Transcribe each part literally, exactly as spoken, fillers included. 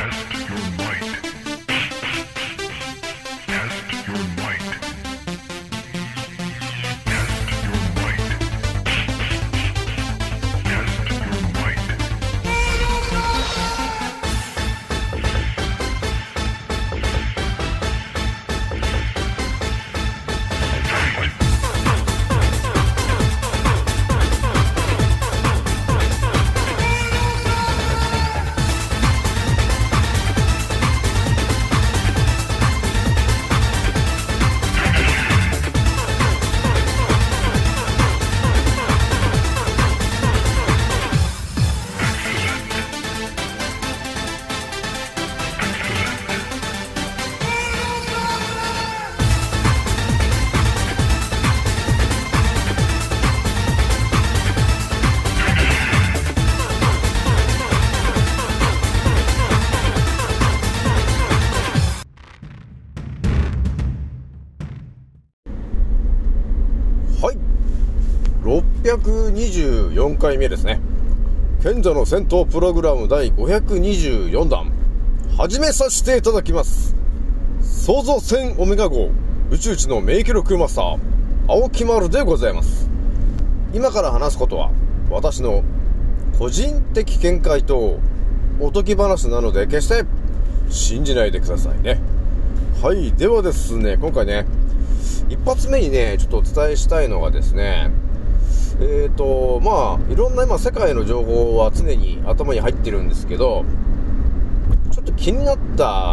ろっぴゃくにじゅうよんかいめですね。賢者の戦闘プログラム第ごひゃくにじゅうよんだん始めさせていただきます。創造船オメガ号宇宙一の名記録マスター青木丸でございます。今から話すことは私の個人的見解とおとぎ話なので決して信じないでくださいね。はい、ではですね、今回ね一発目にねちょっとお伝えしたいのがですね、えーとまあいろんな今世界の情報は常に頭に入ってるんですけど、ちょっと気になった、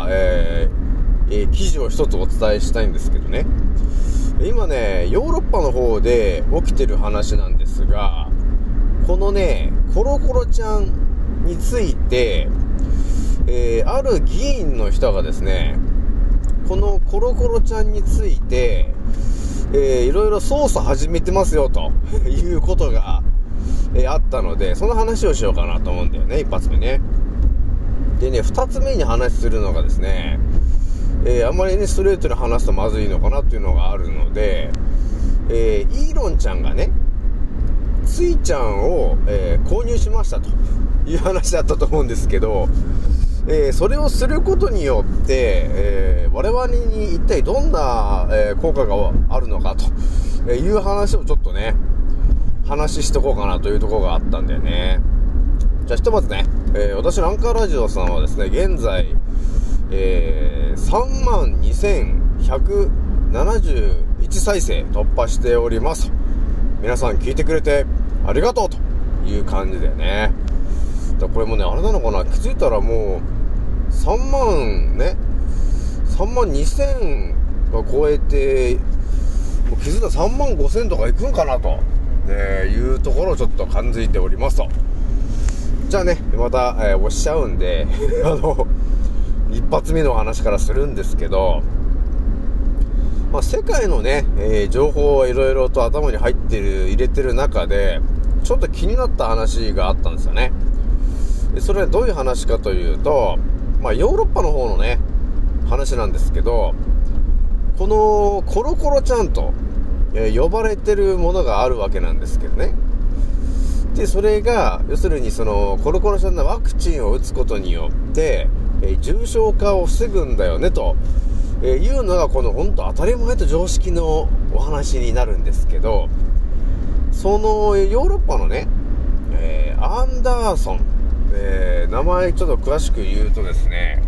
えーえー、記事を一つお伝えしたいんですけどね、今ねヨーロッパの方で起きてる話なんですが、このねコロコロちゃんについて、えー、ある議員の人がですね、このコロコロちゃんについて、えー、いろいろ捜査始めてますよということが、えー、あったので、その話をしようかなと思うんだよね、一発目ね。でね、二つ目に話するのがですね、えー、あんまりねストレートに話すとまずいのかなっていうのがあるので、えー、イーロンちゃんがねツイちゃんを、えー、購入しましたという話だったと思うんですけど、えー、それをすることによって、えー、我々に一体どんな、えー、効果があるのかという話をちょっとね話しておこうかなというところがあったんだよね。じゃあひとまずね、えー、私のアンカーラジオさんはですね現在、えー、さんまんにせんひゃくななじゅういち再生突破しております。皆さん聞いてくれてありがとうという感じだよね。だこれもねあれなのかな、気づいたらもうさんまんねさんまんにせんが超えて、もう気づいたらさんまんごせんとかいくんかなと、ね、いうところをちょっと感づいておりますと。じゃあねまた、えー、押しちゃうんであの一発目の話からするんですけど、まあ、世界のね、えー、情報をいろいろと頭に入ってる入れてる中でちょっと気になった話があったんですよね。それはどういう話かというと、まあ、ヨーロッパの方のね話なんですけど、このコロコロちゃんと、えー、呼ばれてるものがあるわけなんですけどね。でそれが要するにそのコロコロちゃんのワクチンを打つことによって、えー、重症化を防ぐんだよねと、えー、いうのがこの本当当たり前と常識のお話になるんですけど、そのヨーロッパのね、えー、アンダーソン、えー、名前ちょっと詳しく言うとですね、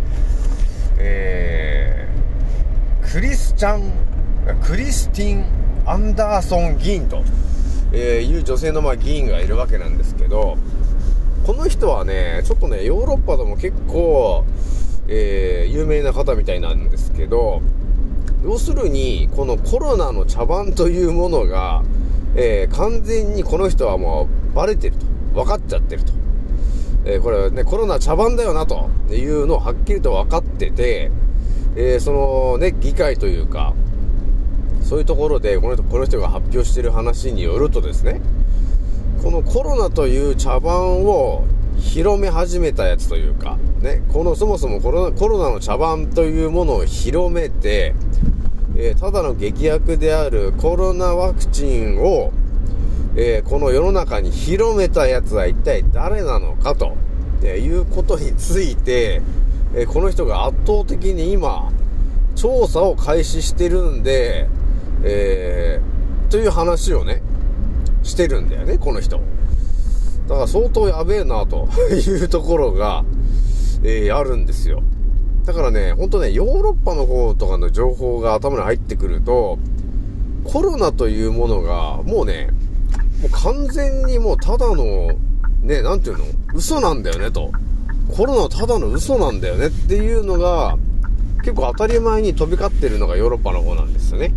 えー、クリスチャンクリスティン・アンダーソン議員と、えー、いう女性のまあ議員がいるわけなんですけど、この人はねちょっとねヨーロッパでも結構、えー、有名な方みたいなんですけど、要するにこのコロナの茶番というものが、えー、完全にこの人はもうバレてると、分かっちゃってると、えー、これはねコロナ茶番だよなというのをはっきりと分かってて、えー、そのね議会というかそういうところでこの人、この人が発表している話によるとですね、このコロナという茶番を広め始めたやつというかね、このそもそもコロナ、コロナの茶番というものを広めて、えー、ただの劇薬であるコロナワクチンを、えー、この世の中に広めたやつは一体誰なのかということについて、 えー、この人が圧倒的に今調査を開始してるんで、えー、という話をねしてるんだよね、この人。だから相当やべえなというところが、えー、あるんですよ。だからね、ほんとね、ヨーロッパの方とかの情報が頭に入ってくると、コロナというものがもうね、もう完全にもうただのね、なんていうの、嘘なんだよねと。コロナはただの嘘なんだよねっていうのが結構当たり前に飛び交ってるのがヨーロッパの方なんですよね。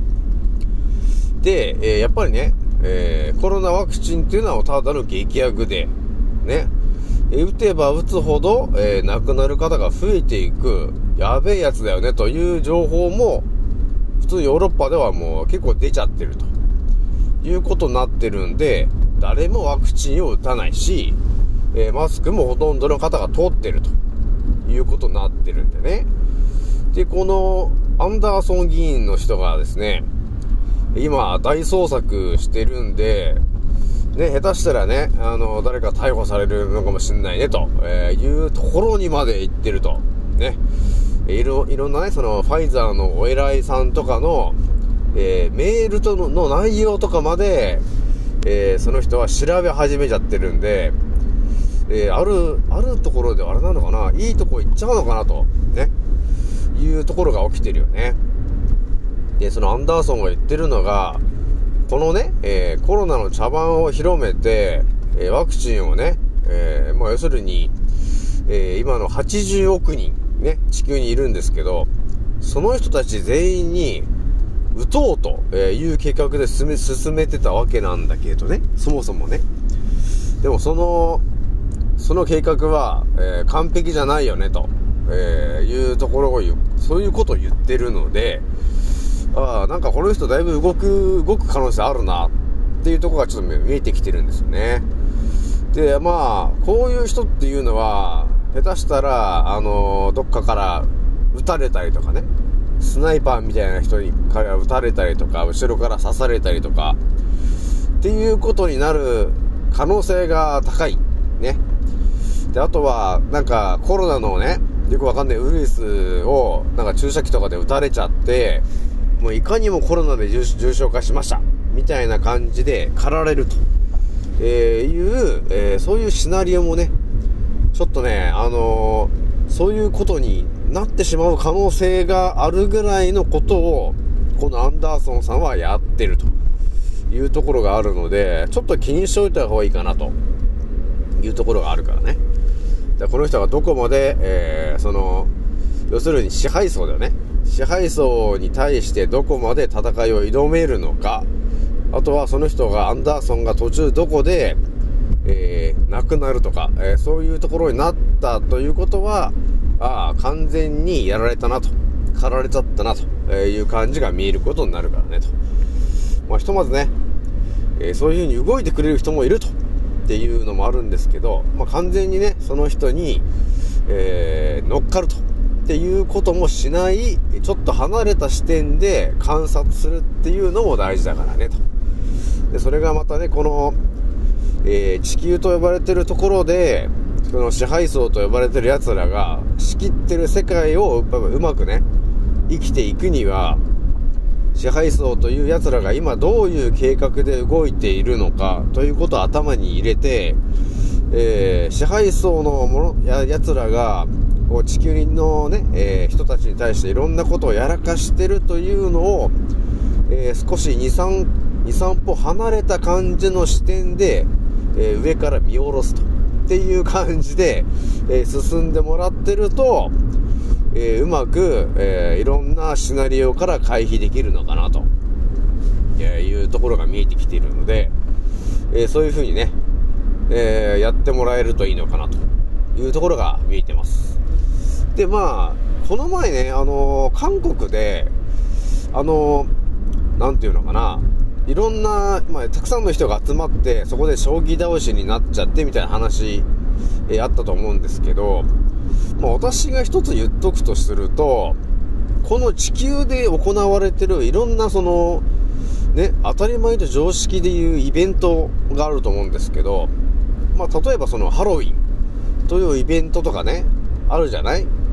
で、えー、やっぱりね、えー、コロナワクチンっていうのはただの劇薬でね、打てば打つほど、えー、亡くなる方が増えていくやべえやつだよねという情報も普通ヨーロッパではもう結構出ちゃってるということになってるんで、誰もワクチンを打たないし、えー、マスクもほとんどの方が通ってるということになってるんでね。で、このアンダーソン議員の人がですね、今大捜索してるんでね、下手したらね、あの誰か逮捕されるのかもしれないねと、えー、いうところにまで行ってるとね。いろいろんなね、そのファイザーのお偉いさんとかの、えー、メールと の, の内容とかまで、えー、その人は調べ始めちゃってるんで、えー、あるあるところであれなのかな、いいとこ行っちゃうのかなとねいうところが起きてるよね。で、そのアンダーソンが言ってるのが、このね、えー、コロナの茶番を広めて、えー、ワクチンをね、えー、まあ要するに、えー、今のはちじゅうおくにんね、地球にいるんですけど、その人たち全員に打とうという計画で進め、進めてたわけなんだけどね、そもそもね。でもその、その計画は、えー、完璧じゃないよねと、えー、いうところを言う、そういうことを言ってるので、ああ、なんかこの人だいぶ動く、動く可能性あるなっていうところがちょっと見えてきてるんですよね。で、まあ、こういう人っていうのは、下手したら、あのー、どっかから撃たれたりとかね、スナイパーみたいな人にから撃たれたりとか、後ろから刺されたりとか、っていうことになる可能性が高い。ね。で、あとは、なんかコロナのね、よくわかんないウイルスを、なんか注射器とかで撃たれちゃって、もういかにもコロナで 重, 重症化しましたみたいな感じで駆られると、えー、いう、えー、そういうシナリオもね、ちょっとね、あのー、そういうことになってしまう可能性があるぐらいのことをこのアンダーソンさんはやってるというところがあるので、ちょっと気にしておいた方がいいかなというところがあるからね。で、この人がどこまで、えー、その要するに支配層だよね、支配層に対してどこまで戦いを挑めるのか、あとはその人がアンダーソンが途中どこで、えー、亡くなるとか、えー、そういうところになったということは、ああ完全にやられたなと、狩られちゃったなという感じが見えることになるからねと。まあ、ひとまずね、えー、そういう風に動いてくれる人もいるとっていうのもあるんですけど、まあ、完全にねその人に、えー、乗っかるとっていうこともしない、ちょっと離れた視点で観察するっていうのも大事だからねと。で、それがまたね、この、えー、地球と呼ばれてるところで、その支配層と呼ばれてる奴らが仕切ってる世界をうまくね生きていくには、支配層という奴らが今どういう計画で動いているのかということを頭に入れて、えー、支配層のものや奴らがこう地球のね、えー、人たちに対していろんなことをやらかしてるというのを、えー、少し にさん歩離れた感じの視点で、えー、上から見下ろすとっていう感じで、えー、進んでもらってると、えー、うまく、えー、いろんなシナリオから回避できるのかなと、えー、いうところが見えてきているので、えー、そういう風にね、えー、やってもらえるといいのかなというところが見えてます。で、まあこの前ね、あのー、韓国であのー、なんていうのかな、いろんな、まあ、たくさんの人が集まってそこで将棋倒しになっちゃってみたいな話、えー、あったと思うんですけど、まあ、私が一つ言っとくとすると、この地球で行われてるいろんなそのね、当たり前と常識でいうイベントがあると思うんですけど、まあ、例えばそのハロウィンというイベントとかねあるじゃない。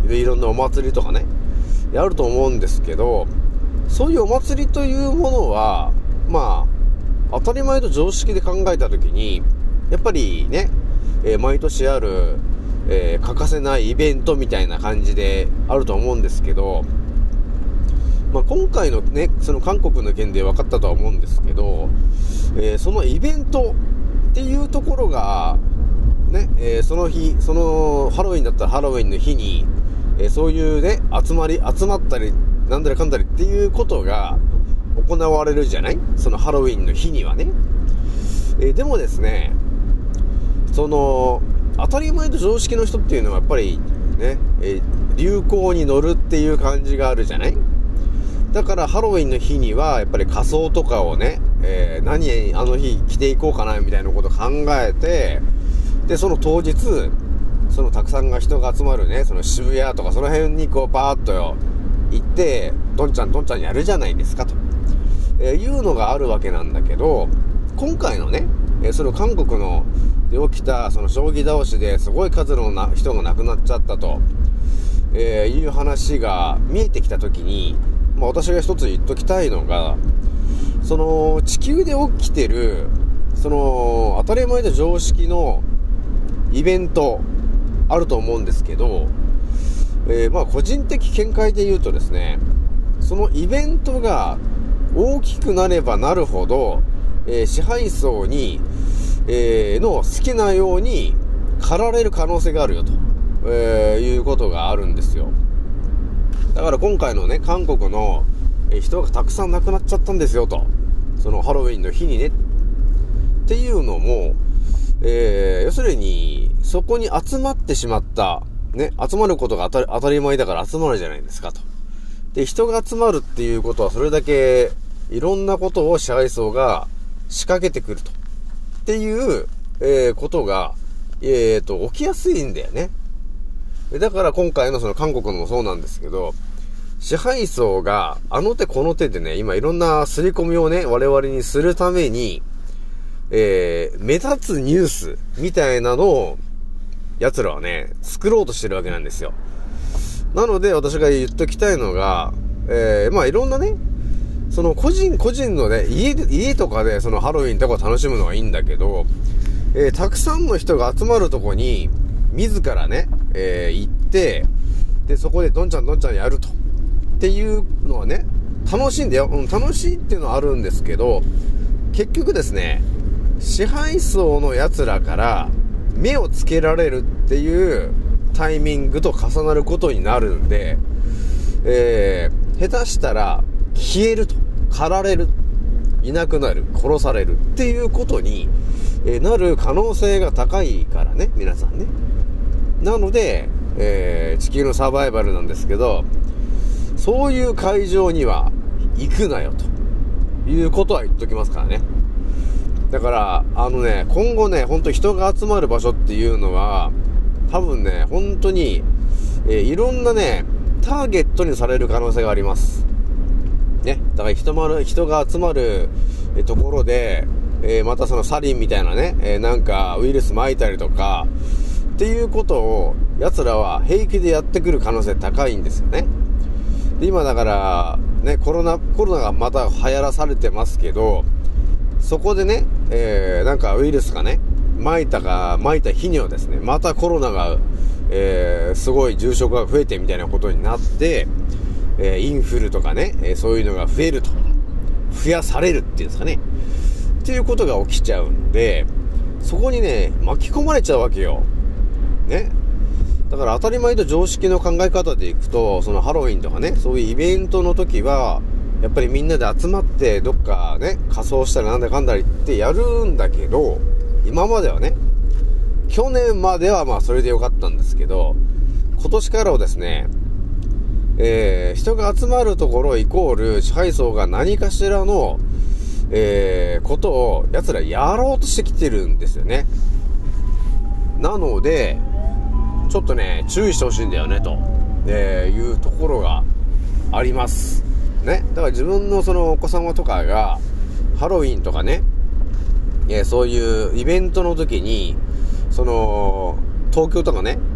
でいろんなお祭りとかねやると思うんですけど、そういうお祭りというものはまあ当たり前と常識で考えたときにやっぱりね、えー、毎年ある、えー、欠かせないイベントみたいな感じであると思うんですけど、まあ、今回のねその韓国の件で分かったとは思うんですけど、えー、そのイベントっていうところがね、えー、その日そのハロウィンだったらハロウィンの日に、えー、そういうね集まり集まったりなんだりかんだりっていうことが行われるじゃない、そのハロウィンの日にはね。えー、でもですね、その当たり前と常識の人っていうのはやっぱりね、えー、流行に乗るっていう感じがあるじゃない。だからハロウィンの日にはやっぱり仮装とかをね、えー、何あの日着ていこうかなみたいなことを考えて、でその当日そのたくさんが人が集まるねその渋谷とかその辺にこうパーッとよ行ってどんちゃんどんちゃんやるじゃないですかと、えー、いうのがあるわけなんだけど、今回のね、えー、その韓国ので起きたその将棋倒しですごい数のな人が亡くなっちゃったと、えー、いう話が見えてきたときに、まあ、私が一つ言っときたいのが、その地球で起きてるその当たり前と常識のイベントあると思うんですけど、えー、まあ個人的見解で言うとですね、そのイベントが大きくなればなるほど、えー、支配層に、えー、の好きなように駆られる可能性があるよと、えー、いうことがあるんですよ。だから今回のね韓国の、えー、人がたくさん亡くなっちゃったんですよと、そのハロウィンの日にねっていうのも、えー、要するにそこに集まってしまったね、集まることが当たり、当たり前だから集まるじゃないですかと。で人が集まるっていうことはそれだけいろんなことを支配層が仕掛けてくるとっていう、えー、ことが、えー、と起きやすいんだよね。だから今回のその韓国のもそうなんですけど、支配層があの手この手でね今いろんな刷り込みをね我々にするために、えー、目立つニュースみたいなのを奴らはね作ろうとしてるわけなんですよ。なので私が言っときたいのが、えー、まあいろんなねその個人個人のね家で家とかでそのハロウィンとか楽しむのはいいんだけど、えー、たくさんの人が集まるとこに自らね、えー、行ってでそこでどんちゃんどんちゃんやるとっていうのはね楽しいんだよ、うん、楽しいっていうのはあるんですけど、結局ですね支配層の奴らから目をつけられるっていうタイミングと重なることになるんで、えー、下手したら消えると、狩られる、いなくなる、殺されるっていうことに、えー、なる可能性が高いからね皆さんね。なので、えー、地球のサバイバルなんですけど、そういう会場には行くなよということは言っときますからね。だからあのね今後ね本当人が集まる場所っていうのは多分ね本当に、えー、いろんなねターゲットにされる可能性がありますね。だから人まる人が集まるえところで、えー、またそのサリンみたいなね、えー、なんかウイルス撒いたりとかっていうことを奴らは平気でやってくる可能性高いんですよね。で今だからねコロナコロナがまた流行らされてますけど、そこでね、えー、なんかウイルスがね撒いたか撒いた日にはですねまたコロナが、えー、すごい重症化が増えてみたいなことになって、えー、インフルとかね、えー、そういうのが増えると増やされるっていうんですかねっていうことが起きちゃうんで、そこにね巻き込まれちゃうわけよね。だから当たり前と常識の考え方でいくと、そのハロウィンとかねそういうイベントの時はやっぱりみんなで集まってどっかね仮装したりなんだかんだりってやるんだけど、今まではね去年まではまあそれでよかったんですけど、今年からはですね、えー、人が集まるところイコール支配層が何かしらの、えー、ことを奴らやろうとしてきてるんですよね。なのでちょっとね注意してほしいんだよねと、えー、いうところがありますね。だから自分のそのお子様とかがハロウィンとかね、えー、そういうイベントの時にその東京とかね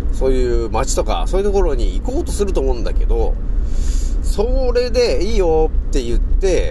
そういう街とか、そういうところに行こうとすると思うんだけど、それでいいよって言って、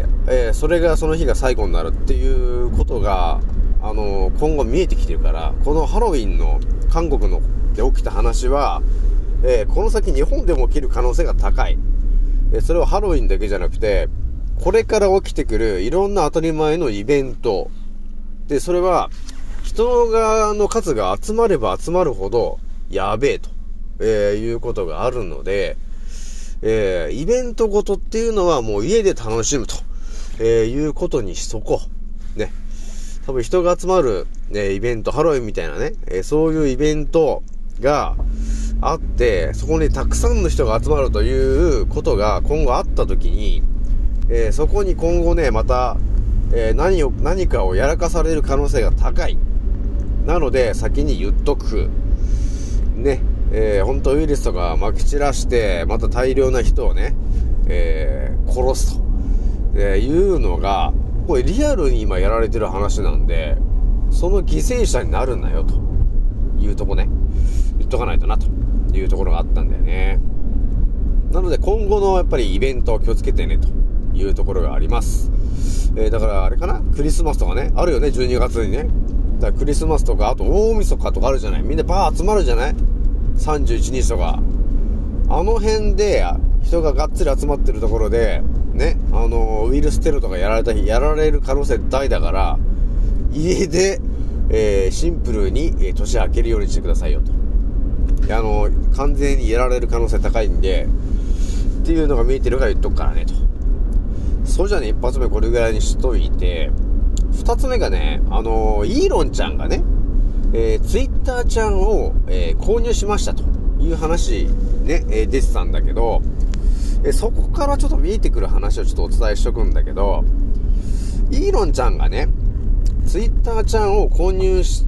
えー、それがその日が最後になるっていうことが、あのー、今後見えてきてるから、このハロウィンの韓国ので起きた話は、えー、この先日本でも起きる可能性が高い。えー、それはハロウィンだけじゃなくて、これから起きてくるいろんな当たり前のイベント。で、それは、人がの数が集まれば集まるほど、やべえと、えー、いうことがあるので、えー、イベントごとっていうのはもう家で楽しむと、えー、いうことにしとこう。ね。多分人が集まる、ね、イベント、ハロウィンみたいなね、えー、そういうイベントがあって、そこにたくさんの人が集まるということが今後あったときに、えー、そこに今後ね、また、えー、何を、何かをやらかされる可能性が高い。なので、先に言っとく。ね。えー、本当ウイルスとか撒き散らして、また大量な人をね、えー、殺すと、えー、いうのが、これリアルに今やられてる話なんで、その犠牲者になるなよ、というとこね、言っとかないとな、というところがあったんだよね。なので今後のやっぱりイベントを気をつけてね、というところがあります。えー、だからあれかな、クリスマスとかね、あるよね、じゅうにがつにね。だからクリスマスとか、あと大晦日とかあるじゃない。みんなバー集まるじゃない。さんじゅういちにちとか、あの辺で人ががっつり集まってるところでね、あのウイルステロとかやられた日やられる可能性大だから、家で、えー、シンプルに、えー、年明けるようにしてくださいよと。あの完全にやられる可能性高いんでっていうのが見えてるから言っとくからねと。そうじゃね、一発目これぐらいにしといて、二つ目がね、あのイーロンちゃんがね、えー、ツイッターちゃんを、えー、購入しましたという話ね、えー、出てたんだけど、えー、そこからちょっと見えてくる話をちょっとお伝えしとくんだけど、イーロンちゃんがね、ツイッターちゃんを購入して、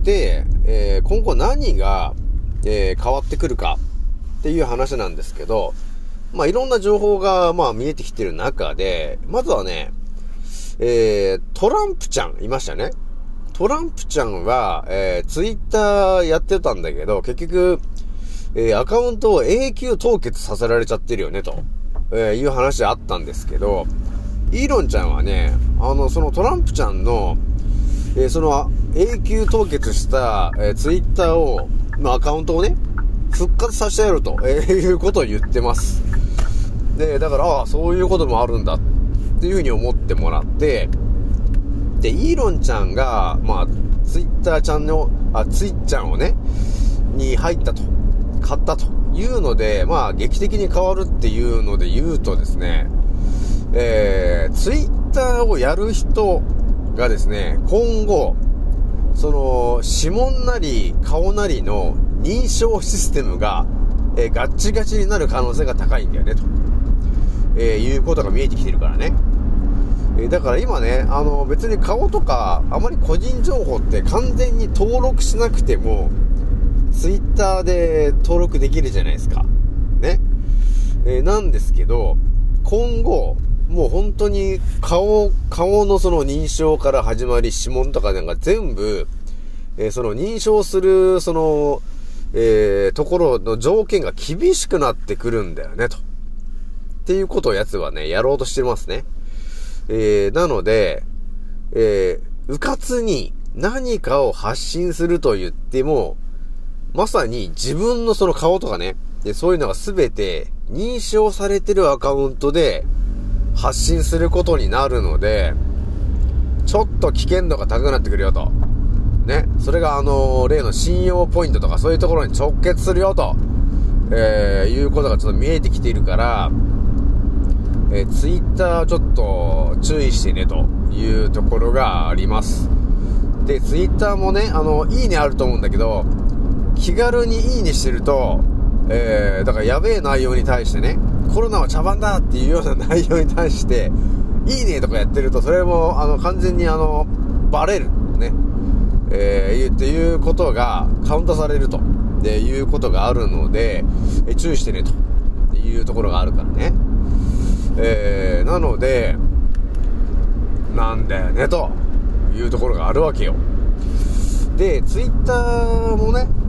えー、今後何が、えー、変わってくるかっていう話なんですけど、まあいろんな情報がまあ見えてきてる中で、まずはね、えー、トランプちゃんいましたね。トランプちゃんは、えー、ツイッターやってたんだけど、結局、えー、アカウントを永久凍結させられちゃってるよね、と、えー、いう話あったんですけど、イーロンちゃんはね、あの、そのトランプちゃんの、えー、その永久凍結した、えー、ツイッターを、のアカウントをね、復活させてやると、えー、いうことを言ってます。で、だから、ああ、そういうこともあるんだ、っていうふうに思ってもらって、で、イーロンちゃんが、まあ、ツイッターちゃんの、あ、ツイッちゃんをね、に入ったと、買ったというので、まあ、劇的に変わるっていうので言うとですね、えー、ツイッターをやる人がですね、今後、その、指紋なり顔なりの認証システムが、えー、ガッチガチになる可能性が高いんだよね、と、えー、いうことが見えてきてるからね。だから今ね、あの別に顔とかあまり個人情報って完全に登録しなくてもツイッターで登録できるじゃないですかね。えー、なんですけど、今後もう本当に顔顔のその認証から始まり、指紋とかなんか全部、えー、その認証するその、えー、ところの条件が厳しくなってくるんだよねと。っていうことをやつはね、やろうとしてますね。えー、なので、えー、うかつに何かを発信すると言っても、まさに自分のその顔とかね、でそういうのがすべて認証されてるアカウントで発信することになるので、ちょっと危険度が高くなってくるよと。ね、それがあのー、例の信用ポイントとかそういうところに直結するよと、えー、いうことがちょっと見えてきているから、えー、ツイッターちょっと注意してねというところがあります。で、ツイッターもね、あの、いいねあると思うんだけど、気軽にいいねしてると、えー、だからやべえ内容に対してね、コロナは茶番だっていうような内容に対して、いいねとかやってると、それも、あの、完全にあの、バレる。ね。えー、っていうことがカウントされると。で、いうことがあるので、え注意してねというところがあるからね。えー、なのでなんだよねというところがあるわけよ。で、ツイッターもね、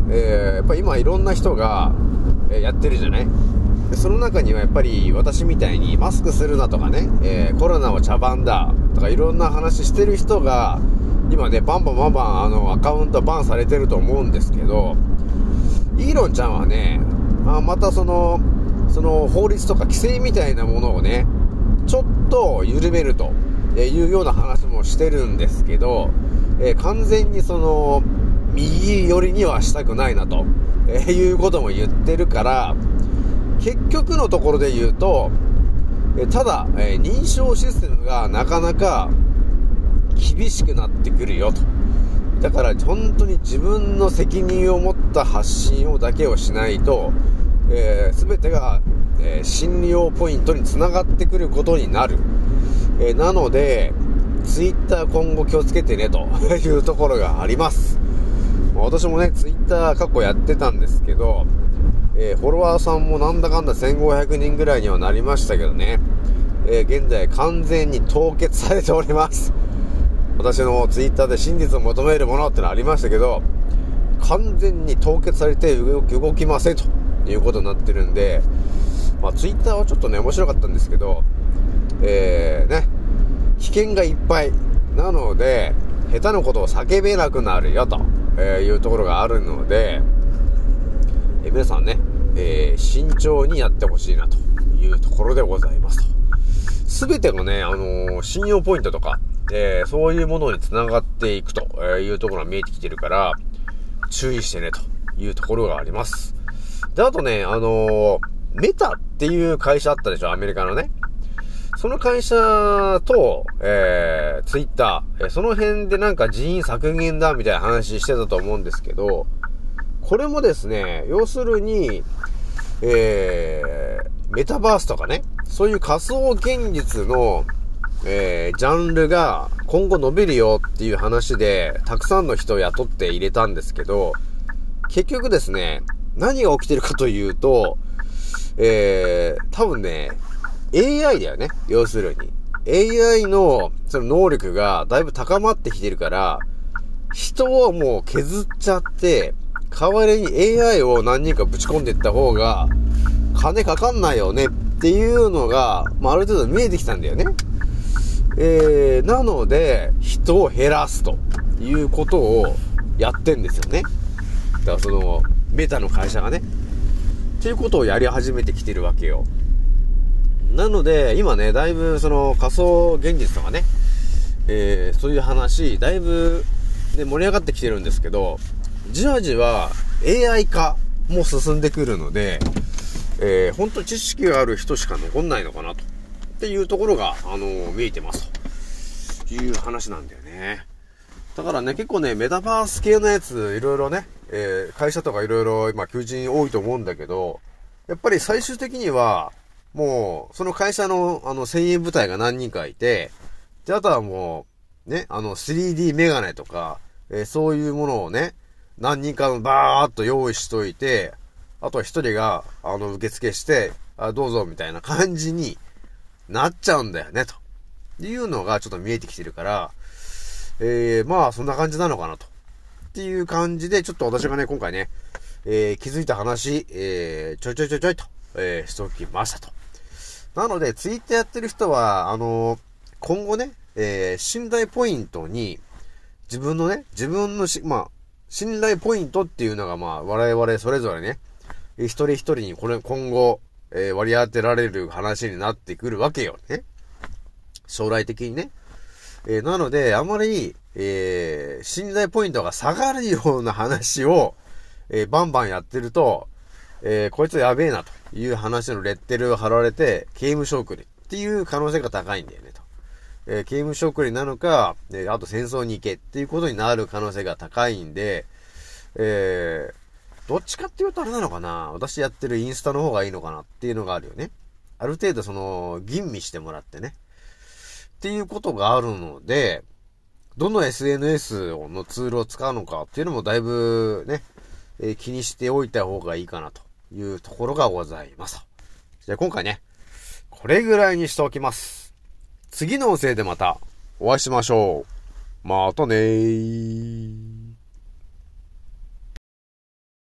えー、やっぱり今いろんな人が、えー、やってるじゃない。でその中にはやっぱり私みたいにマスクするなとかね、えー、コロナは茶番だとかいろんな話してる人が今ねバンバンバンバンあのアカウントバンされてると思うんですけど、イーロンちゃんはね、あまたそのその法律とか規制みたいなものをねちょっと緩めるというような話もしてるんですけど、えー、完全にその右寄りにはしたくないなと、えー、いうことも言ってるから、結局のところで言うと、えただ、えー、認証システムがなかなか厳しくなってくるよと。だから本当に自分の責任を持った発信をだけをしないと、えー、全てが、えー、診療ポイントにつながってくることになる。えー、なのでツイッター今後気をつけてねというところがあります。私もねツイッター過去やってたんですけど、えー、フォロワーさんもなんだかんだせんごひゃくにんぐらいにはなりましたけどね、えー、現在完全に凍結されております。私のツイッターで真実を求めるものってのありましたけど、完全に凍結されて動き、動きませんということになってるんで、まあツイッターはちょっとね面白かったんですけど、えー、ね危険がいっぱいなので下手なことを叫べなくなるよというところがあるので、えー、皆さんね、えー、慎重にやってほしいなというところでございますと。すべてがね、あのー、信用ポイントとか、えー、そういうものにつながっていくというところが見えてきてるから注意してねというところがあります。で、あとね、あのー、メタっていう会社あったでしょ、アメリカのね。その会社と、えー、ツイッター、えー、その辺でなんか人員削減だみたいな話してたと思うんですけど、これもですね、要するに、えー、メタバースとかね、そういう仮想現実の、えー、ジャンルが今後伸びるよっていう話で、たくさんの人を雇って入れたんですけど、結局ですね、何が起きてるかというと、えー、多分ね、エーアイ だよね、要するに。エーアイ のその能力がだいぶ高まってきてるから、人をもう削っちゃって、代わりに エーアイ を何人かぶち込んでいった方が、金かかんないよねっていうのが、まあ、ある程度見えてきたんだよね。えー、なので、人を減らすということをやってんですよね。だからその、メタの会社がね。っていうことをやり始めてきてるわけよ。なので、今ね、だいぶその仮想現実とかね、えー、そういう話、だいぶ、ね、盛り上がってきてるんですけど、じわじわ エーアイ 化も進んでくるので、えー、本当知識がある人しか残んないのかなと。っていうところが、あのー、見えてますという話なんだよね。だからね、結構ね、メタバース系のやつ、いろいろね、えー、会社とかいろいろ今求人多いと思うんだけど、やっぱり最終的には、もう、その会社の、あの、精鋭部隊が何人かいて、で、あとはもう、ね、あの、スリーディー メガネとか、えー、そういうものをね、何人かバーっと用意しといて、あとは一人が、あの、受付して、あ、どうぞ、みたいな感じになっちゃうんだよね、というのがちょっと見えてきてるから、えー、まあ、そんな感じなのかなと。っていう感じで、ちょっと私がね、今回ね、えー、気づいた話、えー、ちょいちょいちょいちょいと、えー、しておきましたと。なので、ツイッターやってる人は、あのー、今後ね、えー、信頼ポイントに、自分のね、自分のし、まあ、信頼ポイントっていうのが、まあ、我々それぞれね、一人一人にこれ、今後、えー、割り当てられる話になってくるわけよね。将来的にね。えー、なので、あまり、えー、信頼ポイントが下がるような話を、えー、バンバンやってると、えー、こいつやべえなという話のレッテルを貼られて、刑務所送りっていう可能性が高いんだよねと。えー、刑務所送りなのか、えー、あと戦争に行けっていうことになる可能性が高いんで、えー、どっちかっていうとあれなのかな、私やってるインスタの方がいいのかなっていうのがあるよね。ある程度その、吟味してもらってね。っていうことがあるので、どの エスエヌエス のツールを使うのかっていうのもだいぶね、えー、気にしておいた方がいいかなというところがございます。じゃあ今回ね、これぐらいにしておきます。次の音声でまたお会いしましょう。またねー。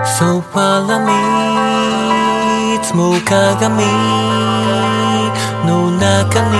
ソファラにいつも鏡の中に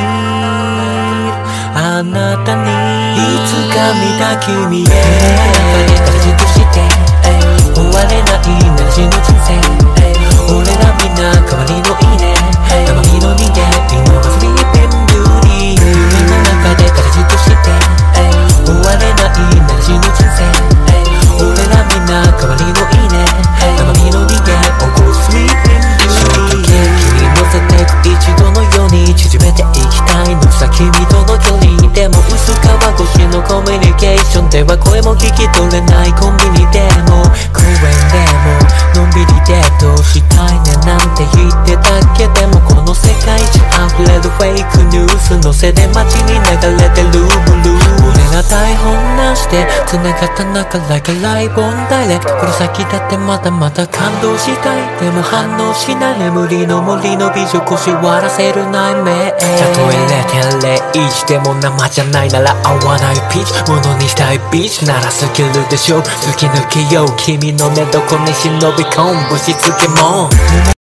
あなたにいつか見た君へ中で形として終われないなら死ぬ人生俺らみんな代わりのいいねたまにの人間今はスリーピンビューティー夢の中で形として終われないなら死ぬ人生俺らみんな代わりのいいねたまにの人間起こすスリーピンビューティーショートケーキに乗せてく一度のように縮めていきたいのさ君との距離でも薄皮越しのコミュニケーションでは声も聞き取れないコンビニでも公園でものんびりデートしたいねなんて言ってたけでもこの世界中溢れるフェイクニュースのせで街に流れてるブルー俺ら台本なしで繋がった中 Like a live on direct この先だってまだまだ感動したいでも反応しない眠りの森の美女腰割らせる内面たとえ ゼロてんゼロいち でも生じゃないなら合わないピーチものにしたいビーチならスキルでしょ突き抜けよう君の寝床に忍び込むぶしつけも